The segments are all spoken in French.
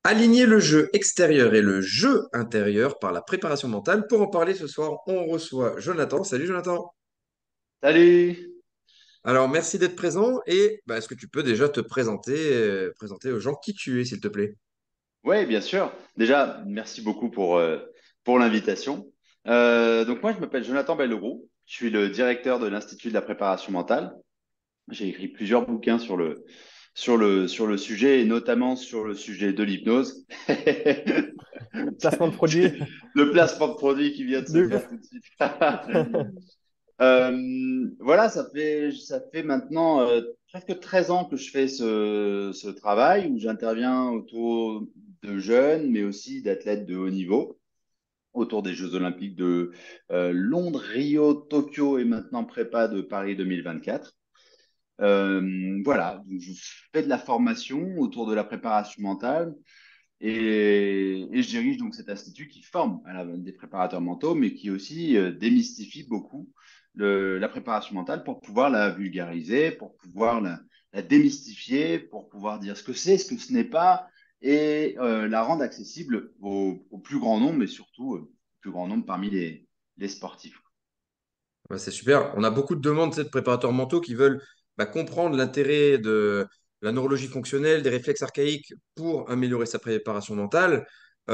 Aligner le jeu extérieur et le jeu intérieur par la préparation mentale. Pour en parler ce soir, on reçoit Jonathan. Salut Jonathan. Salut! Alors merci d'être présent et est-ce que tu peux déjà te présenter aux gens qui tu es, s'il te plaît? Oui, bien sûr. Déjà, merci beaucoup pour l'invitation. Donc moi, je m'appelle Jonathan Belleroux. Je suis le directeur de l'Institut de la préparation mentale. J'ai écrit plusieurs bouquins sur le sujet et notamment sur le sujet de l'hypnose. Placement de produit. Le placement de produit qui vient de se De faire ouf. tout de suite. Voilà, ça fait maintenant presque 13 ans que je fais ce travail où j'interviens autour de jeunes, mais aussi d'athlètes de haut niveau, autour des Jeux Olympiques de Londres, Rio, Tokyo et maintenant prépa de Paris 2024. Voilà, donc je fais de la formation autour de la préparation mentale et je dirige donc cet institut qui forme des préparateurs mentaux, mais qui aussi démystifie beaucoup la préparation mentale pour pouvoir la vulgariser, pour pouvoir la démystifier, pour pouvoir dire ce que c'est, ce que ce n'est pas, et la rendre accessible au plus grand nombre, mais surtout au plus grand nombre parmi les sportifs. C'est super. On a beaucoup de demandes, tu sais, de préparateurs mentaux qui veulent comprendre l'intérêt de la neurologie fonctionnelle, des réflexes archaïques pour améliorer sa préparation mentale.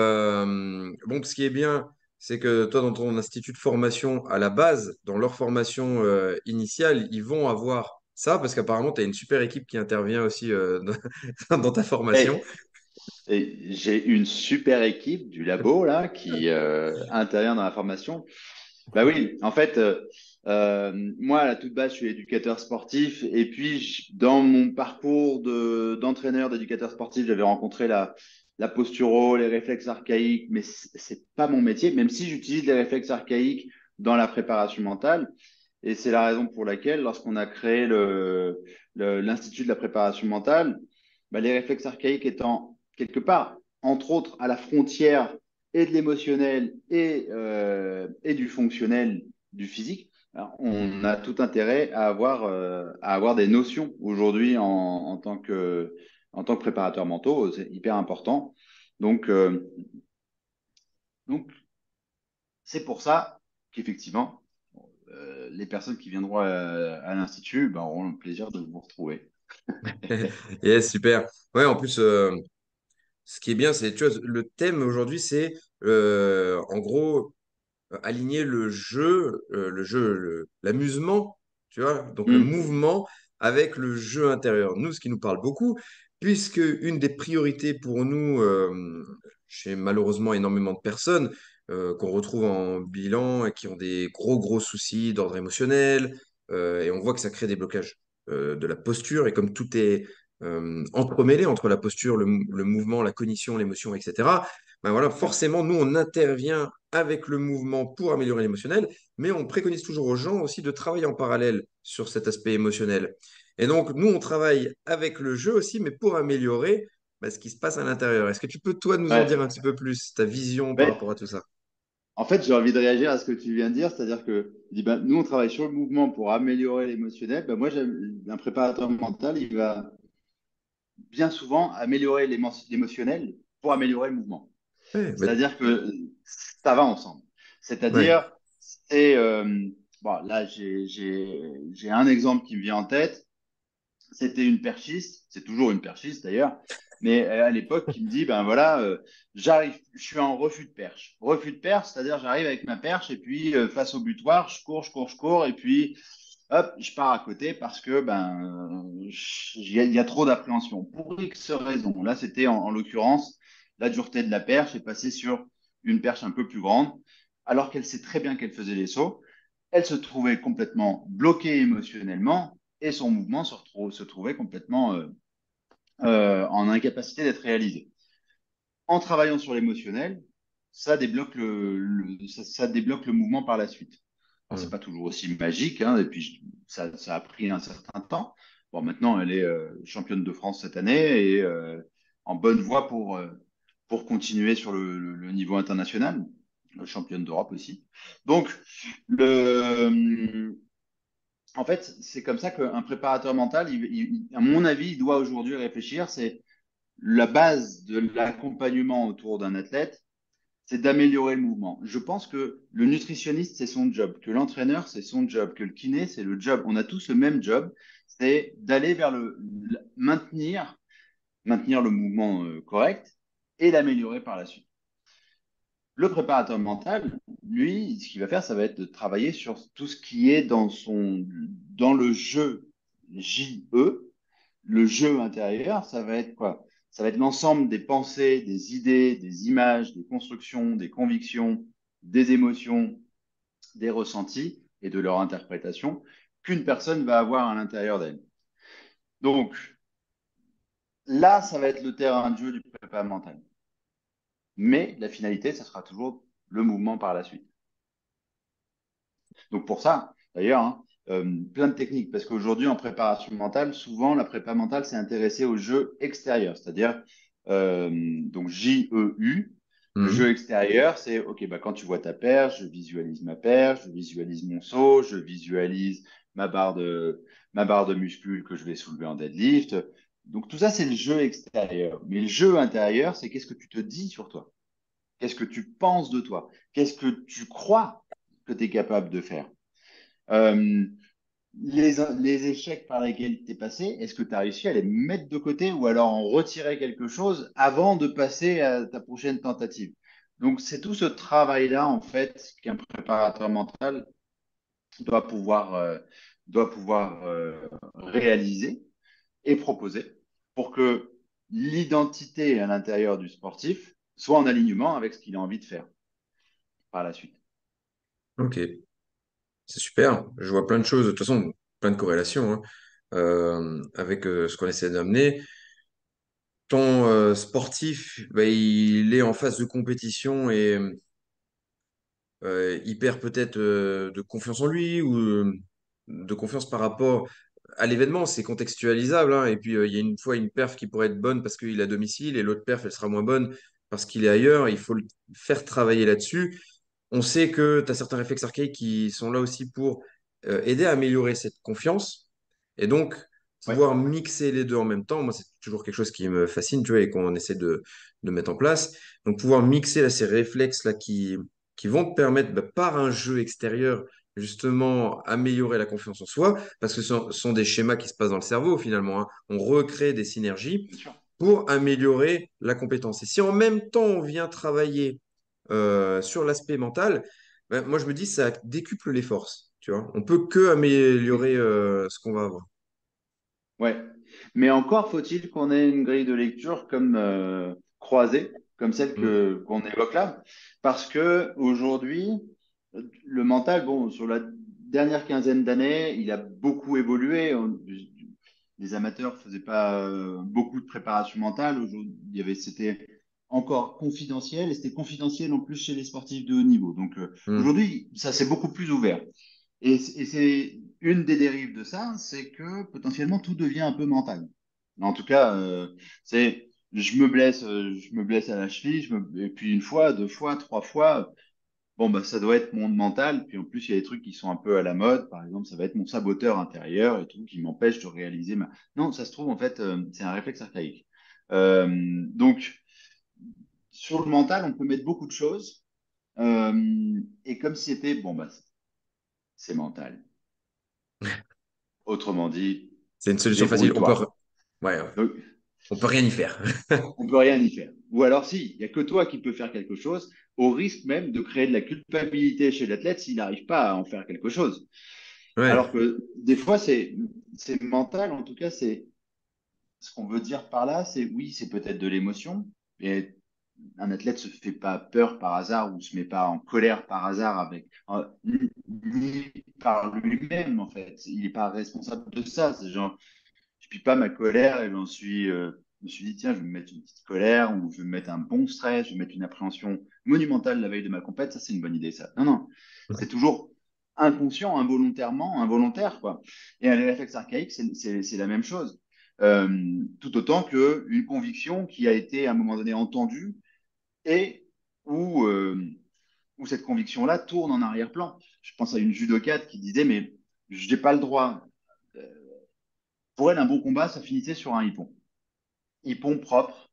Bon, ce qui est bien, c'est que toi, dans ton institut de formation, à la base, dans leur formation initiale, ils vont avoir ça, parce qu'apparemment, tu as une super équipe qui intervient aussi dans ta formation. Et, et j'ai une super équipe du labo là qui intervient dans la formation. Bah oui, en fait, moi, à la toute base, je suis éducateur sportif. Et puis, dans mon parcours d'entraîneur, d'éducateur sportif, j'avais rencontré la posturo, les réflexes archaïques, mais c'est pas mon métier, même si j'utilise les réflexes archaïques dans la préparation mentale. Et c'est la raison pour laquelle, lorsqu'on a créé l'Institut de la préparation mentale, bah, les réflexes archaïques étant quelque part, entre autres, à la frontière et de l'émotionnel et du fonctionnel, du physique, alors, on a tout intérêt à avoir des notions aujourd'hui en tant que préparateur mentaux, c'est hyper important. Donc, euh, donc c'est pour ça qu'effectivement, les personnes qui viendront à l'Institut ben, auront le plaisir de vous retrouver. Yes, super. Ouais, en plus, ce qui est bien, c'est, tu vois, le thème aujourd'hui, c'est en gros aligner l'amusement, tu vois, donc le Hmm. mouvement avec le jeu intérieur. Nous, ce qui nous parle beaucoup, puisque une des priorités pour nous, chez malheureusement énormément de personnes, qu'on retrouve en bilan et qui ont des gros soucis d'ordre émotionnel, et on voit que ça crée des blocages de la posture, et comme tout est entremêlé entre la posture, le mouvement, la cognition, l'émotion, etc. Ben voilà, Ouais. forcément, nous, on intervient avec le mouvement pour améliorer l'émotionnel, mais on préconise toujours aux gens aussi de travailler en parallèle sur cet aspect émotionnel. Et donc, nous, on travaille avec le jeu aussi, mais pour améliorer ce qui se passe à l'intérieur. Est-ce que tu peux, toi, nous en dire un Ouais. petit peu plus, ta vision par rapport Ouais. à tout ça? En fait, j'ai envie de réagir à ce que tu viens de dire, c'est-à-dire que je dis, ben, nous, on travaille sur le mouvement pour améliorer l'émotionnel. Ben, moi, un préparateur mental, il va bien souvent améliorer l'émotionnel pour améliorer le mouvement. Ouais, C'est-à-dire que ça va ensemble. ouais. C'est-à-dire, bon, là, j'ai un exemple qui me vient en tête. C'était une perchiste, c'est toujours une perchiste d'ailleurs, mais à l'époque qui me dit, ben voilà, je suis en refus de perche. Refus de perche, c'est-à-dire j'arrive avec ma perche et puis face au butoir, je cours et puis hop, je pars à côté parce que il y a trop d'appréhension. Pour X raisons. Là, c'était en l'occurrence la dureté de la perche est passée sur une perche un peu plus grande, alors qu'elle sait très bien qu'elle faisait les sauts. Elle se trouvait complètement bloquée émotionnellement et son mouvement se trouvait complètement en incapacité d'être réalisé. En travaillant sur l'émotionnel, ça débloque le mouvement par la suite. Alors, c'est Hmm. pas toujours aussi magique, hein, et puis ça a pris un certain temps. Bon, maintenant, elle est championne de France cette année et en bonne voie pour continuer sur le niveau international, championne d'Europe aussi. Donc, en fait, c'est comme ça qu'un préparateur mental, à mon avis, il doit aujourd'hui réfléchir, c'est la base de l'accompagnement autour d'un athlète, c'est d'améliorer le mouvement. Je pense que le nutritionniste, c'est son job, que l'entraîneur, c'est son job, que le kiné, c'est le job. On a tous le même job, c'est d'aller vers maintenir le mouvement correct et l'améliorer par la suite. Le préparateur mental, lui, ce qu'il va faire, ça va être de travailler sur tout ce qui est dans le jeu JE. Le jeu intérieur, ça va être quoi? Ça va être l'ensemble des pensées, des idées, des images, des constructions, des convictions, des émotions, des ressentis et de leur interprétation qu'une personne va avoir à l'intérieur d'elle. Donc là, ça va être le terrain de jeu du prépa mental. Mais la finalité, ça sera toujours le mouvement par la suite. Donc pour ça, d'ailleurs, hein, plein de techniques, parce qu'aujourd'hui, en préparation mentale, souvent, la prépa mentale s'est intéressée au jeu extérieur, c'est-à-dire, donc JEU, le jeu Mhm. extérieur, c'est, OK, bah, quand tu vois ta perche, je visualise ma perche, je visualise mon saut, je visualise ma ma barre de muscles que je vais soulever en deadlift. Donc tout ça, c'est le jeu extérieur. Mais le jeu intérieur, c'est qu'est-ce que tu te dis sur toi? Qu'est-ce que tu penses de toi? Qu'est-ce que tu crois que tu es capable de faire? Euh, les échecs par lesquels tu es passé, est-ce que tu as réussi à les mettre de côté ou alors en retirer quelque chose avant de passer à ta prochaine tentative? Donc, c'est tout ce travail-là, en fait, qu'un préparateur mental doit pouvoir réaliser et proposer pour que l'identité à l'intérieur du sportif soit en alignement avec ce qu'il a envie de faire par la suite. Ok, c'est super. Je vois plein de choses, de toute façon, plein de corrélations hein, avec ce qu'on essaie d'amener. Ton sportif, bah, il est en phase de compétition et il perd peut-être de confiance en lui ou de confiance par rapport à l'événement. C'est contextualisable, hein. Et puis, il y a une fois une perf qui pourrait être bonne parce qu'il est à domicile et l'autre perf, elle sera moins bonne parce qu'il est ailleurs. Il faut le faire travailler là-dessus. On sait que tu as certains réflexes archaïques qui sont là aussi pour aider à améliorer cette confiance. Et donc, Ouais, pouvoir mixer les deux en même temps, moi, c'est toujours quelque chose qui me fascine, tu vois, et qu'on essaie de mettre en place. Donc, pouvoir mixer là, ces réflexes-là qui vont te permettre, bah, par un jeu extérieur, justement, améliorer la confiance en soi, parce que ce sont des schémas qui se passent dans le cerveau, finalement, hein. On recrée des synergies bien sûr. pour améliorer la compétence. Et si en même temps, on vient travailler sur l'aspect mental, ben, moi je me dis ça décuple les forces, tu vois. On peut que améliorer ce qu'on va avoir. Ouais. Mais encore faut-il qu'on ait une grille de lecture comme croisée, comme celle Mm. que qu'on évoque là, parce que aujourd'hui, le mental, bon, sur la dernière quinzaine d'années, il a beaucoup évolué. Les amateurs faisaient pas beaucoup de préparation mentale. Aujourd'hui, c'était encore confidentiel et c'était confidentiel en plus chez les sportifs de haut niveau. Donc Mm. aujourd'hui, ça c'est beaucoup plus ouvert. Et c'est une des dérives de ça, c'est que potentiellement tout devient un peu mental. En tout cas, c'est je me blesse à la cheville, et puis une fois, deux fois, trois fois, bon bah ça doit être mon mental. Puis en plus, il y a des trucs qui sont un peu à la mode. Par exemple, ça va être mon saboteur intérieur et tout qui m'empêche de réaliser ma. Non, ça se trouve en fait, c'est un réflexe archaïque. Donc sur le mental, on peut mettre beaucoup de choses. Et comme si c'était bon bah c'est mental. Autrement dit, C'est une solution facile. débrouille-toi. Ouais, Donc, on peut rien y faire. on peut rien y faire. Ou alors, si, il n'y a que toi qui peux faire quelque chose, au risque même de créer de la culpabilité chez l'athlète s'il n'arrive pas à en faire quelque chose. Alors Ouais, que des fois, c'est mental, en tout cas, c'est ce qu'on veut dire par là, c'est oui, c'est peut-être de l'émotion, et un athlète se fait pas peur par hasard ou se met pas en colère par hasard ni par lui-même, en fait. Il n'est pas responsable de ça. C'est genre, je puis pas ma colère et je me suis dit, tiens, je vais me mettre une petite colère ou je vais me mettre un bon stress, je vais me mettre une appréhension monumentale la veille de ma compète. Ça, c'est une bonne idée, ça. Non, non. C'est toujours inconscient, involontairement, involontaire, quoi. Et un réflexe archaïque, c'est la même chose. Tout autant qu'une conviction qui a été à un moment donné entendue et où, où cette conviction-là tourne en arrière-plan. Je pense à une judokate qui disait, mais je n'ai pas le droit. Euh, pour elle, un bon combat, ça finissait sur un hippon. Hippon propre,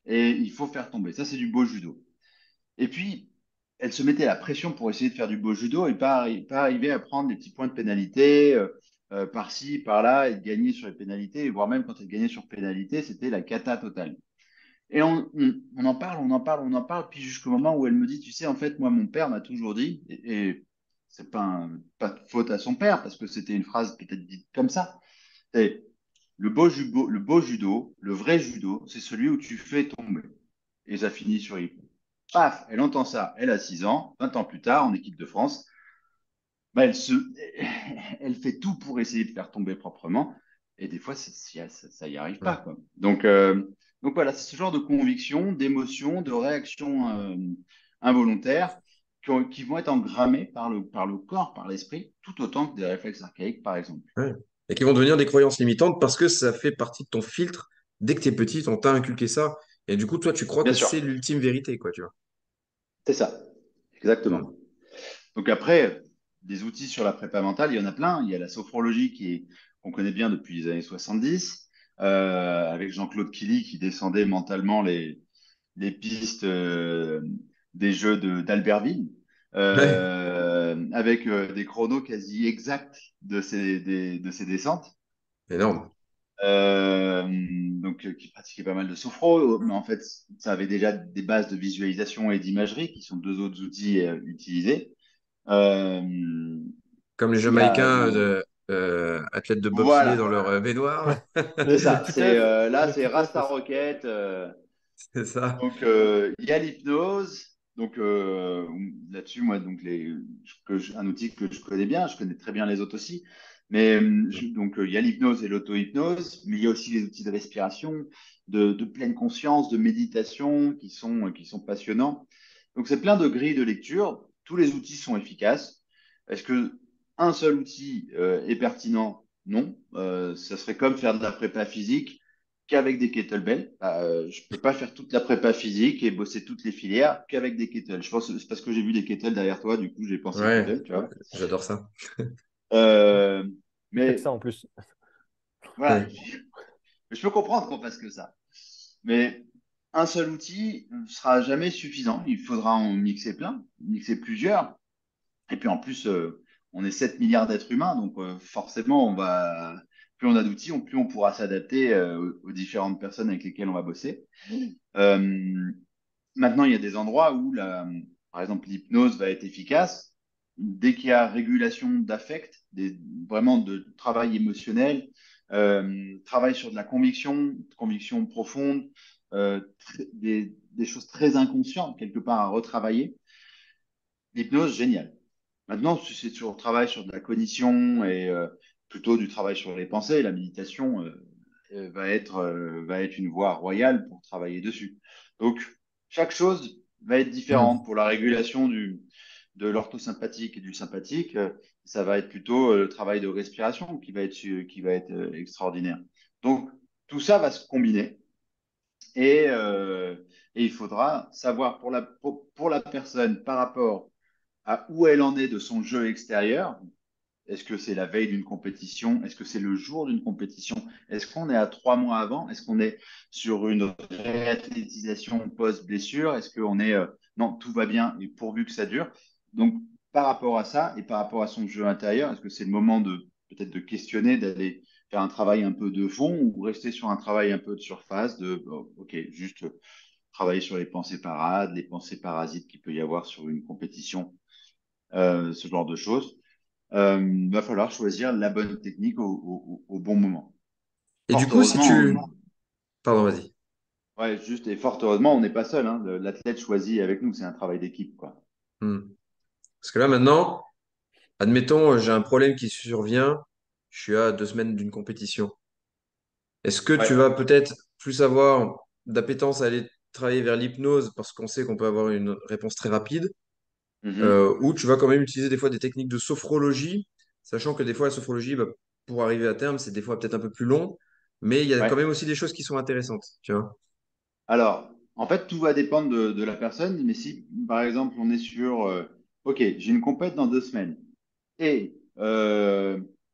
et il faut faire tomber. Ça, c'est du beau judo. Et puis, elle se mettait la pression pour essayer de faire du beau judo et pas arriver à prendre des petits points de pénalité par-ci, par-là et de gagner sur les pénalités, voire même quand elle gagnait sur pénalité, c'était la cata totale. Et on en parle, on en parle, on en parle, puis jusqu'au moment où elle me dit, tu sais, en fait, moi, mon père m'a toujours dit, et c'est pas de faute à son père, parce que c'était une phrase peut-être dite comme ça, c'est le beau judo, le vrai judo, c'est celui où tu fais tomber. Et ça finit sur il. Paf, elle entend ça, elle a 6 ans, 20 ans plus tard, en équipe de France, bah, elle fait tout pour essayer de faire tomber proprement, et des fois, ça y arrive pas, Ouais. quoi. Donc voilà, c'est ce genre de conviction, d'émotion, de réaction involontaire qui vont être engrammées par le corps, par l'esprit, tout autant que des réflexes archaïques, par exemple. Ouais. Et qui vont devenir des croyances limitantes parce que ça fait partie de ton filtre. Dès que tu es petit, on t'a inculqué ça. Et du coup, toi, tu crois Bien que sûr, c'est l'ultime vérité, quoi, tu vois. c'est ça, Mm. exactement. Donc après, des outils sur la prépa mentale, il y en a plein. Il y a la sophrologie qu'on connaît bien depuis les années 70, avec Jean-Claude Killy qui descendait mentalement les pistes des jeux d'Albertville, Ouais, avec des chronos quasi exacts de ces descentes. énorme. Qui pratiquait pas mal de sophro, mais en fait, ça avait déjà des bases de visualisation et d'imagerie, qui sont deux autres outils utilisés. Euh, Comme les il y a, Jamaïcains athlètes de bobsleigh dans voilà, leur baignoire. Le ça. petit œuf, Là, le c'est petit œuf Rasta aussi. Rocket. C'est ça. Il y a l'hypnose. Là-dessus, moi, un outil que je connais bien, je connais très bien les autres aussi. Mais il y a l'hypnose et l'auto-hypnose, mais il y a aussi les outils de respiration, de pleine conscience, de méditation qui sont passionnants. Donc c'est plein de grilles de lecture. Tous les outils sont efficaces. Est-ce que un seul outil est pertinent? Non. Ça serait comme faire de la prépa physique qu'avec des kettlebells. Je peux pas faire toute la prépa physique et bosser toutes les filières qu'avec des kettles. Je pense que c'est parce que j'ai vu des kettles derrière toi, du coup j'ai pensé Ouais, kettle, tu vois. j'adore ça. Euh, Il fait que mais ça en plus. voilà, Ouais. je peux comprendre qu'on fasse que ça. Mais un seul outil ne sera jamais suffisant. Il faudra en mixer plein, mixer plusieurs. Et puis en plus, on est 7 milliards d'êtres humains, donc forcément, plus on a d'outils, plus on pourra s'adapter aux différentes personnes avec lesquelles on va bosser. Euh, Maintenant, il y a des endroits où, par exemple, l'hypnose va être efficace. Dès qu'il y a régulation d'affect, vraiment de travail émotionnel, travail sur de la conviction profonde, des choses très inconscientes, quelque part, à retravailler, l'hypnose, génial. Maintenant, si c'est sur le travail sur de la cognition et plutôt du travail sur les pensées, la méditation va être une voie royale pour travailler dessus. Donc, chaque chose va être Mm. différente. Pour la régulation de l'orthosympathique et du sympathique, ça va être plutôt le travail de respiration qui va être extraordinaire. Donc, tout ça va se combiner et, euh, et il faudra savoir pour la personne par rapport à où elle en est de son jeu extérieur. Est-ce que c'est la veille d'une compétition? Est-ce que c'est le jour d'une compétition? Est-ce qu'on est à 3 mois avant? Est-ce qu'on est sur une réathlétisation post-blessure? Est-ce qu'on est non, tout va bien et pourvu que ça dure? Donc, par rapport à ça et par rapport à son jeu intérieur, est-ce que c'est le moment de peut-être de questionner, d'aller faire un travail un peu de fond ou rester sur un travail un peu de surface, ok, juste travailler sur les pensées parades, les pensées parasites qu'il peut y avoir sur une compétition, ce genre de choses. Va falloir choisir la bonne technique au bon moment. Et du Fort coup, si heureusement, tu... Pardon, vas-y. ouais, juste et fort heureusement, on n'est pas seul, hein. L'athlète choisi avec nous, c'est un travail d'équipe, quoi. Mm. Parce que là, maintenant, admettons, j'ai un problème qui survient. Je suis à 2 semaines d'une compétition. Est-ce que tu Ouais. vas peut-être plus avoir d'appétence à aller travailler vers l'hypnose parce qu'on sait qu'on peut avoir une réponse très rapide, Mhm. ou tu vas quand même utiliser des fois des techniques de sophrologie, sachant que des fois la sophrologie, bah, pour arriver à terme, c'est des fois peut-être un peu plus long, mais il y a quand Ouais. même aussi des choses qui sont intéressantes, tu vois. Alors, en fait, tout va dépendre de la personne, mais si, par exemple, on est sur, OK, j'ai une compète dans 2 semaines et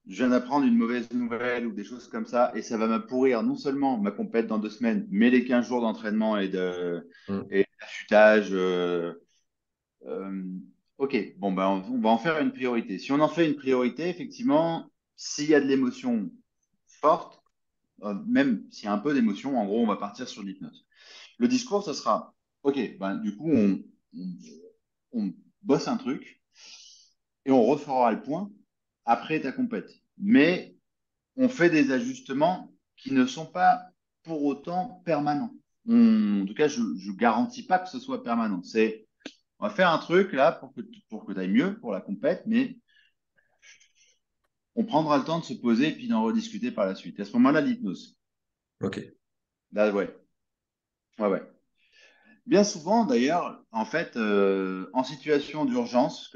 je viens d'apprendre une mauvaise nouvelle ou des choses comme ça, et ça va me pourrir non seulement ma compète dans 2 semaines, mais les 15 jours d'entraînement Mm. et d'affûtage. Euh, ok, bon, ben, on va en faire une priorité. Si on en fait une priorité, effectivement, s'il y a de l'émotion forte, même s'il y a un peu d'émotion, en gros, on va partir sur l'hypnose. Le discours, ce sera, ok, ben, du coup, on, on bosse un truc et on refera le point après ta compète. Mais on fait des ajustements qui ne sont pas pour autant permanents. En tout cas, je ne garantis pas que ce soit permanent. On va faire un truc là pour que tu ailles mieux pour la compète, mais on prendra le temps de se poser et puis d'en rediscuter par la suite. Et à ce moment-là, l'hypnose. Ok. Là, ouais. Ouais, ouais. Bien souvent, d'ailleurs, en fait, en situation d'urgence,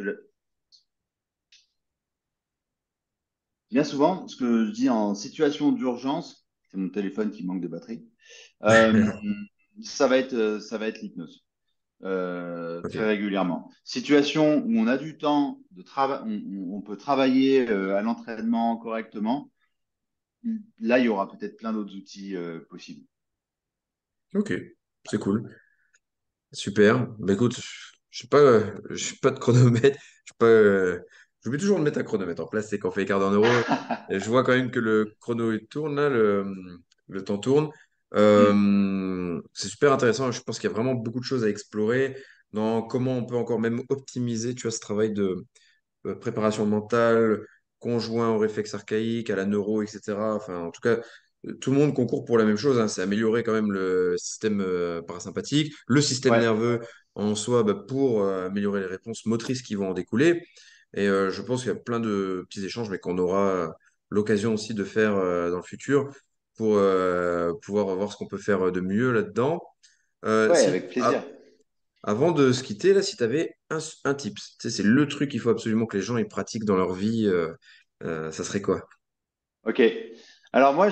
bien souvent, ce que je dis en situation d'urgence, c'est mon téléphone qui manque de batterie, euh, ça va être l'hypnose. Très Ok. régulièrement. Situation où on a du temps de travail, on peut travailler à l'entraînement correctement. Là, il y aura peut-être plein d'autres outils possibles. Ok. C'est cool. Super. Bah écoute, je suis pas de chronomètre. Je suis pas, j'oublie toujours de mettre un chronomètre en place. C'est quand on fait les quarts d'heure en euros. Et je vois quand même que le chrono il tourne là, le temps tourne. Hmm. C'est super intéressant. Je pense qu'il y a vraiment beaucoup de choses à explorer dans comment on peut encore même optimiser, tu vois, ce travail de préparation mentale, conjoint au réflexe archaïque, à la neuro, etc. Enfin, en tout cas, tout le monde concourt pour la même chose, hein, c'est améliorer quand même le système parasympathique, le système Ouais, nerveux en soi, bah, pour améliorer les réponses motrices qui vont en découler. Et je pense qu'il y a plein de petits échanges, mais qu'on aura l'occasion aussi de faire dans le futur pour pouvoir voir ce qu'on peut faire de mieux là-dedans. ouais, Si, avec plaisir. avant de se quitter, là, si tu avais un tips, tu sais, c'est le truc qu'il faut absolument que les gens ils pratiquent dans leur vie, ça serait quoi? Ok. Alors moi,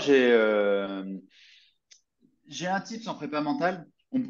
j'ai un tips en prépa mentale.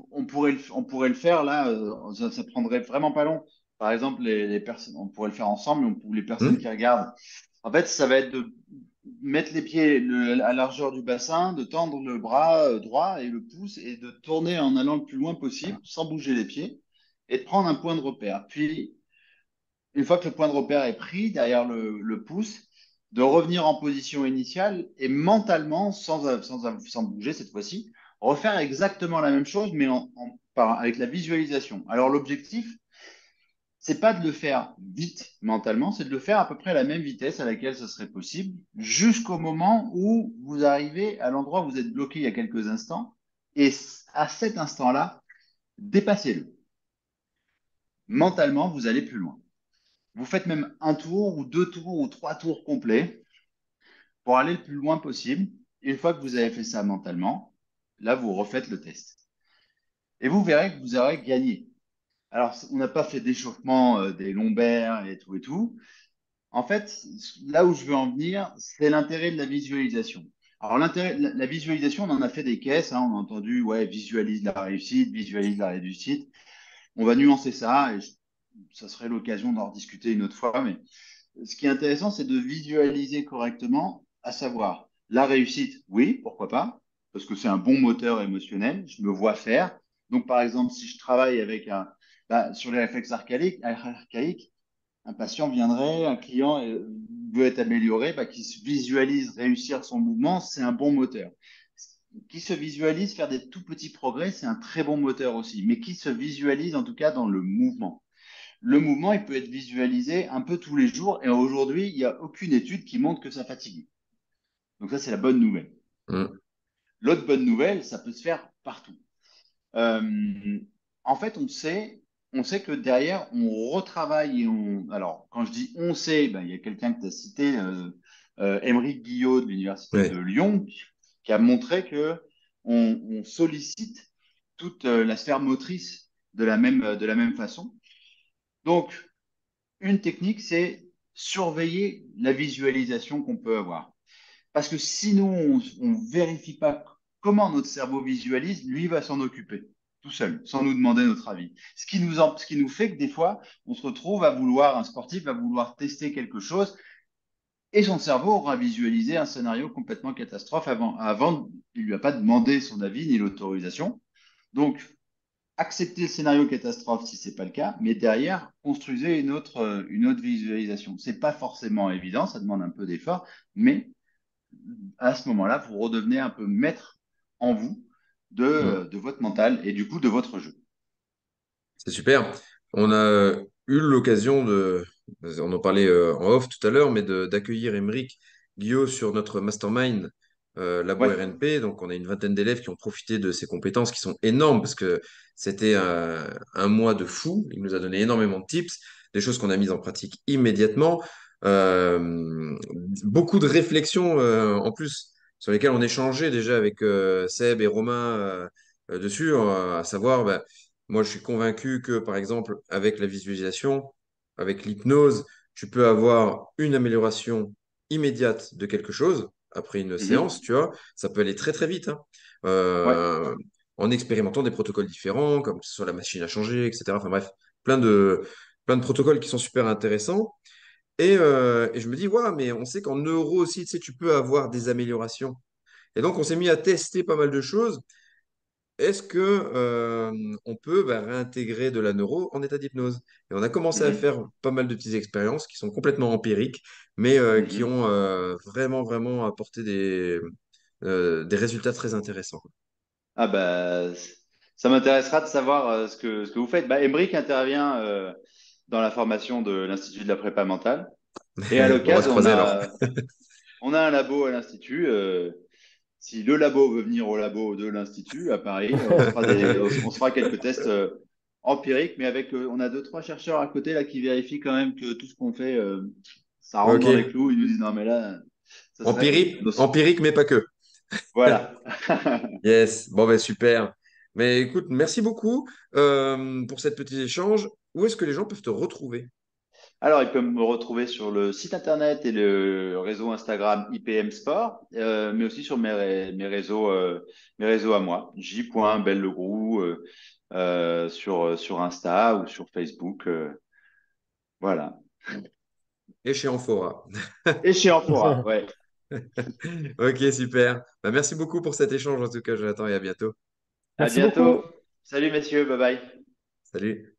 On pourrait le faire là. Ça prendrait vraiment pas long. Par exemple, les personnes, on pourrait le faire ensemble. Ou les personnes Hmm. qui regardent. En fait, ça va être de mettre les pieds à largeur du bassin, de tendre le bras droit et le pouce et de tourner en allant le plus loin possible sans bouger les pieds et de prendre un point de repère. Puis, une fois que le point de repère est pris derrière le pouce, de revenir en position initiale et mentalement, sans bouger cette fois-ci, refaire exactement la même chose, mais avec la visualisation. Alors l'objectif, c'est pas de le faire vite mentalement, c'est de le faire à peu près à la même vitesse à laquelle ce serait possible, jusqu'au moment où vous arrivez à l'endroit où vous êtes bloqué il y a quelques instants, et à cet instant-là, dépassez-le. Mentalement, vous allez plus loin. Vous faites même un tour ou 2 tours ou 3 tours complets pour aller le plus loin possible. Une fois que vous avez fait ça mentalement, là, vous refaites le test. Et vous verrez que vous aurez gagné. Alors, on n'a pas fait d'échauffement des lombaires et tout et tout. En fait, là où je veux en venir, c'est l'intérêt de la visualisation. Alors, la visualisation, on en a fait des caisses, hein, on a entendu, ouais, visualise la réussite, visualise la réussite. On va nuancer ça et ça serait l'occasion d'en rediscuter une autre fois, mais ce qui est intéressant, c'est de visualiser correctement, à savoir la réussite, oui, pourquoi pas, parce que c'est un bon moteur émotionnel, je me vois faire. Donc, par exemple, si je travaille sur les réflexes archaïques, un patient viendrait, un client veut être amélioré, qui se visualise réussir son mouvement, c'est un bon moteur. Qui se visualise faire des tout petits progrès, c'est un très bon moteur aussi, mais qui se visualise en tout cas dans le mouvement. Le mouvement, il peut être visualisé un peu tous les jours et aujourd'hui, il n'y a aucune étude qui montre que ça fatigue. Donc ça, c'est la bonne nouvelle. Hmm. L'autre bonne nouvelle, ça peut se faire partout. En fait, on sait que derrière, on retravaille Alors, quand je dis on sait, il y a quelqu'un que tu as cité, Émeric Guillot de l'Université de Ouais. Lyon, qui a montré que on sollicite toute la sphère motrice de la même façon. Donc, une technique, c'est surveiller la visualisation qu'on peut avoir. Parce que sinon, on ne vérifie pas comment notre cerveau visualise, lui va s'en occuper tout seul, sans nous demander notre avis. Ce qui nous fait que des fois, on se retrouve un sportif va vouloir tester quelque chose et son cerveau aura visualisé un scénario complètement catastrophe avant, il lui a pas demandé son avis ni l'autorisation. Donc, acceptez le scénario catastrophe si c'est pas le cas, mais derrière, construisez une autre visualisation. C'est pas forcément évident, ça demande un peu d'effort, mais à ce moment-là, vous redevenez un peu maître en vous Mm. de votre mental et du coup de votre jeu. C'est super. On a eu l'occasion on en parlait en off tout à l'heure, mais d'accueillir Émeric Guillot sur notre mastermind Labo Ouais. RNP. Donc, on a une vingtaine d'élèves qui ont profité de ses compétences qui sont énormes parce que c'était un mois de fou. Il nous a donné énormément de tips, des choses qu'on a mises en pratique immédiatement. Beaucoup de réflexions en plus sur lesquelles on échangeait déjà avec Seb et Romain dessus, à savoir. Bah, moi, je suis convaincu que, par exemple, avec la visualisation, avec l'hypnose, tu peux avoir une amélioration immédiate de quelque chose après une séance, Mhm. tu vois. Ça peut aller très, très vite, hein. Ouais. Euh, en expérimentant des protocoles différents, comme que ce soit la machine à changer, etc. Enfin bref, plein de protocoles qui sont super intéressants. Et je me dis, ouais, mais on sait qu'en neuro aussi, tu sais, tu peux avoir des améliorations. Et donc, on s'est mis à tester pas mal de choses. Est-ce que on peut réintégrer de la neuro en état d'hypnose? Et on a commencé à Mhm. faire pas mal de petites expériences qui sont complètement empiriques, mais qui Mhm. ont vraiment, vraiment apporté des résultats très intéressants. Ah bah, ça m'intéressera de savoir ce que vous faites. Bah, Embrick intervient dans la formation de l'Institut de la prépa mentale. Et à On va se l'occasion, croiser alors. on a un labo à l'Institut. Si le labo veut venir au labo de l'Institut à Paris, on se fera quelques tests empiriques, mais on a deux, trois chercheurs à côté là qui vérifient quand même que tout ce qu'on fait, ça rentre Ok. dans les clous. Ils nous disent non, mais là, ça serait. Empirique, mais pas que. Voilà. Yes. Bon, ben super. Mais écoute, merci beaucoup pour cette petit échange. Où est-ce que les gens peuvent te retrouver? Alors, ils peuvent me retrouver sur le site internet et le réseau Instagram IPM Sport, mais aussi sur mes réseaux à moi, j.bellegrou sur Insta ou sur Facebook. Voilà. Et chez Amphora. Et chez Amphora, ouais. Ok, super. Bah, merci beaucoup pour cet échange en tout cas, Jonathan, et à bientôt. À Merci bientôt. beaucoup. Salut messieurs, bye bye. Salut.